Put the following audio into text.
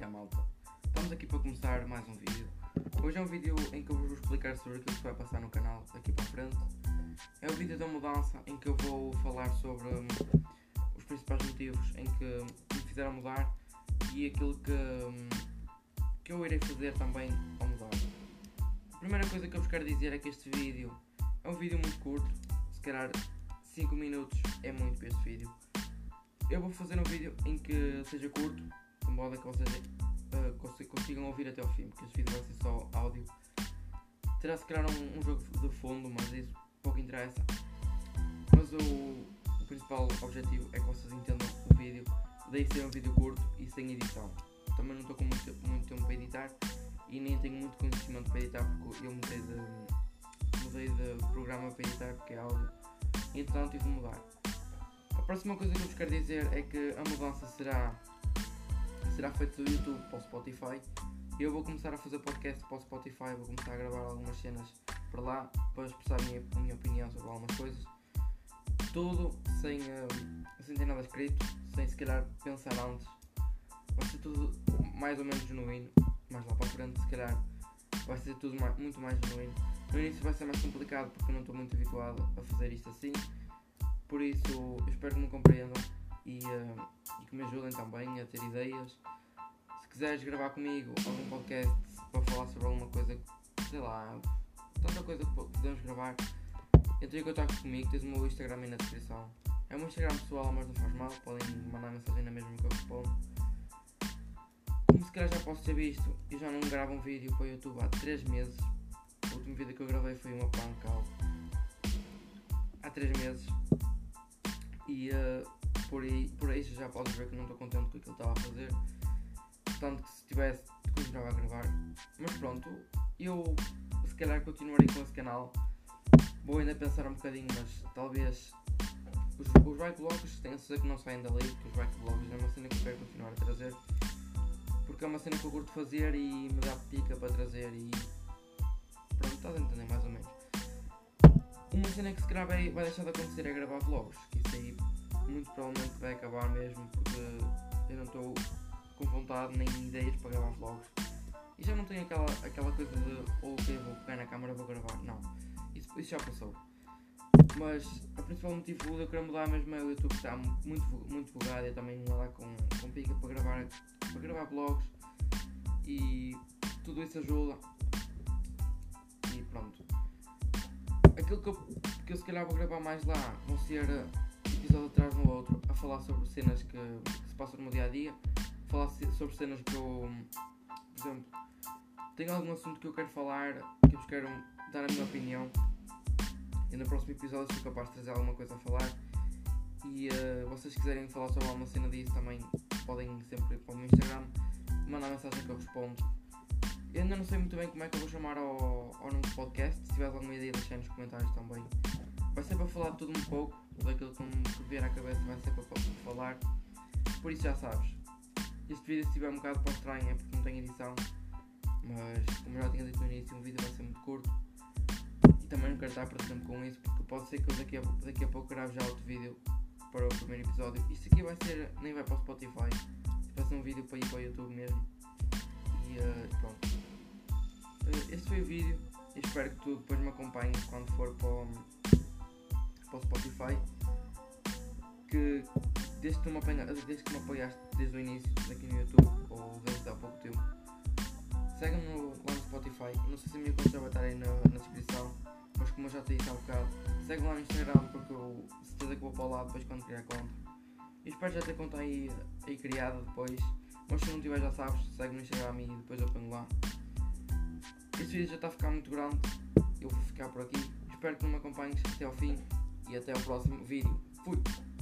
que é, malta? Estamos aqui para começar mais um vídeo. Hoje é um vídeo em que eu vos vou explicar sobre aquilo que vai passar no canal daqui para a frente. É o vídeo da mudança em que eu vou falar sobre os principais motivos em que me fizeram mudar e aquilo que eu irei fazer também ao mudar. A primeira coisa que eu vos quero dizer é que este vídeo é um vídeo muito curto, se calhar 5 minutos é muito para este vídeo. Eu vou fazer um vídeo em que seja curto, de modo a que vocês consigam ouvir até ao fim, porque este vídeo vai ser só áudio. Terá se calhar um jogo de fundo, mas isso pouco interessa. Mas o principal objetivo é que vocês entendam o vídeo, daí ser um vídeo curto e sem edição. Também não estou com muito tempo para editar e nem tenho muito conhecimento para editar, porque eu mudei de programa para editar porque é áudio, e então tive de mudar. A próxima coisa que eu vos quero dizer é que a mudança será feita do YouTube para o Spotify. Eu vou começar a fazer podcast para o Spotify, vou começar a gravar algumas cenas para lá, para expressar a minha opinião sobre algumas coisas. Tudo sem ter nada escrito, sem se calhar pensar antes. Vai ser tudo mais ou menos genuíno, mais lá para a frente se calhar vai ser tudo muito mais genuíno. No início vai ser mais complicado porque eu não estou muito habituado a fazer isto assim. Por isso, eu espero que me compreendam e que me ajudem também a ter ideias. Se quiseres gravar comigo algum podcast para falar sobre alguma coisa, sei lá, tanta coisa que podemos gravar, entre em contato comigo, tens o meu Instagram aí na descrição. É o meu Instagram pessoal, mas não faz mal, podem mandar mensagem na mesma que eu respondo. Como se calhar já posso ter visto, eu já não gravo um vídeo para o YouTube há 3 meses. O último vídeo que eu gravei foi uma prank há 3 meses. E por aí já podes ver que não estou contente com aquilo que estava a fazer. Portanto, que se tivesse, continuava a gravar. Mas pronto, eu se calhar continuarei com esse canal. Vou ainda pensar um bocadinho, mas talvez os bike vlogs tenho a certeza que não saem dali, porque os bike vlogs é uma cena que eu quero continuar a trazer. Porque é uma cena que eu curto fazer e me dá pica para trazer e pronto, estás a entender mais ou menos. Uma cena que se calhar vai deixar de acontecer é gravar vlogs, que isso aí muito provavelmente vai acabar mesmo, porque eu não estou com vontade nem ideias para gravar vlogs. E já não tenho aquela coisa de ok, vou pegar na câmera e vou gravar, não, isso já passou. Mas o principal motivo de eu querer mudar mesmo é o YouTube, que está muito bugado e eu também não dá com pica para gravar vlogs e tudo isso ajuda. E pronto. Aquilo que eu se calhar vou gravar mais lá vão ser episódio atrás no outro, a falar sobre cenas que se passam no meu dia a dia, falar sobre cenas que eu, por exemplo, tenho algum assunto que eu quero falar, que eu vos quero dar a minha opinião, e no próximo episódio sou capaz de trazer alguma coisa a falar. E vocês quiserem falar sobre alguma cena disso também podem sempre ir para o meu Instagram, mandar mensagem que eu respondo. Eu ainda não sei muito bem como é que eu vou chamar ao nome do podcast. Se tiveres alguma ideia, deixem nos comentários também. Vai ser para falar de tudo um pouco, daquilo que me vier à cabeça vai ser para falar. Por isso já sabes, este vídeo se estiver um bocado para o estranho é porque não tem edição. Mas como eu já tinha dito no início, um vídeo vai ser muito curto. E também não quero estar a perder tempo com isso, porque pode ser que eu daqui a pouco grave já outro vídeo para o primeiro episódio. Isto aqui vai ser, nem vai para o Spotify, vai ser um vídeo para ir para o YouTube mesmo. E pronto. Este foi o vídeo. Eu espero que tu depois me acompanhes quando for para o Spotify. Que desde que me apoiaste desde o início aqui no YouTube, ou desde há pouco tempo, segue-me lá no Spotify. Não sei se a minha conta já vai estar aí na descrição, mas como eu já te disse há um bocado, segue-me lá no Instagram, porque eu certeza que vou para o lado depois quando criar a conta. Eu espero já ter a conta aí criada depois, mas se não tiver já sabes, segue no Instagram e depois eu ponho lá. Este vídeo já está a ficar muito grande, eu vou ficar por aqui. Espero que me acompanhes até ao fim e até ao próximo vídeo. Fui!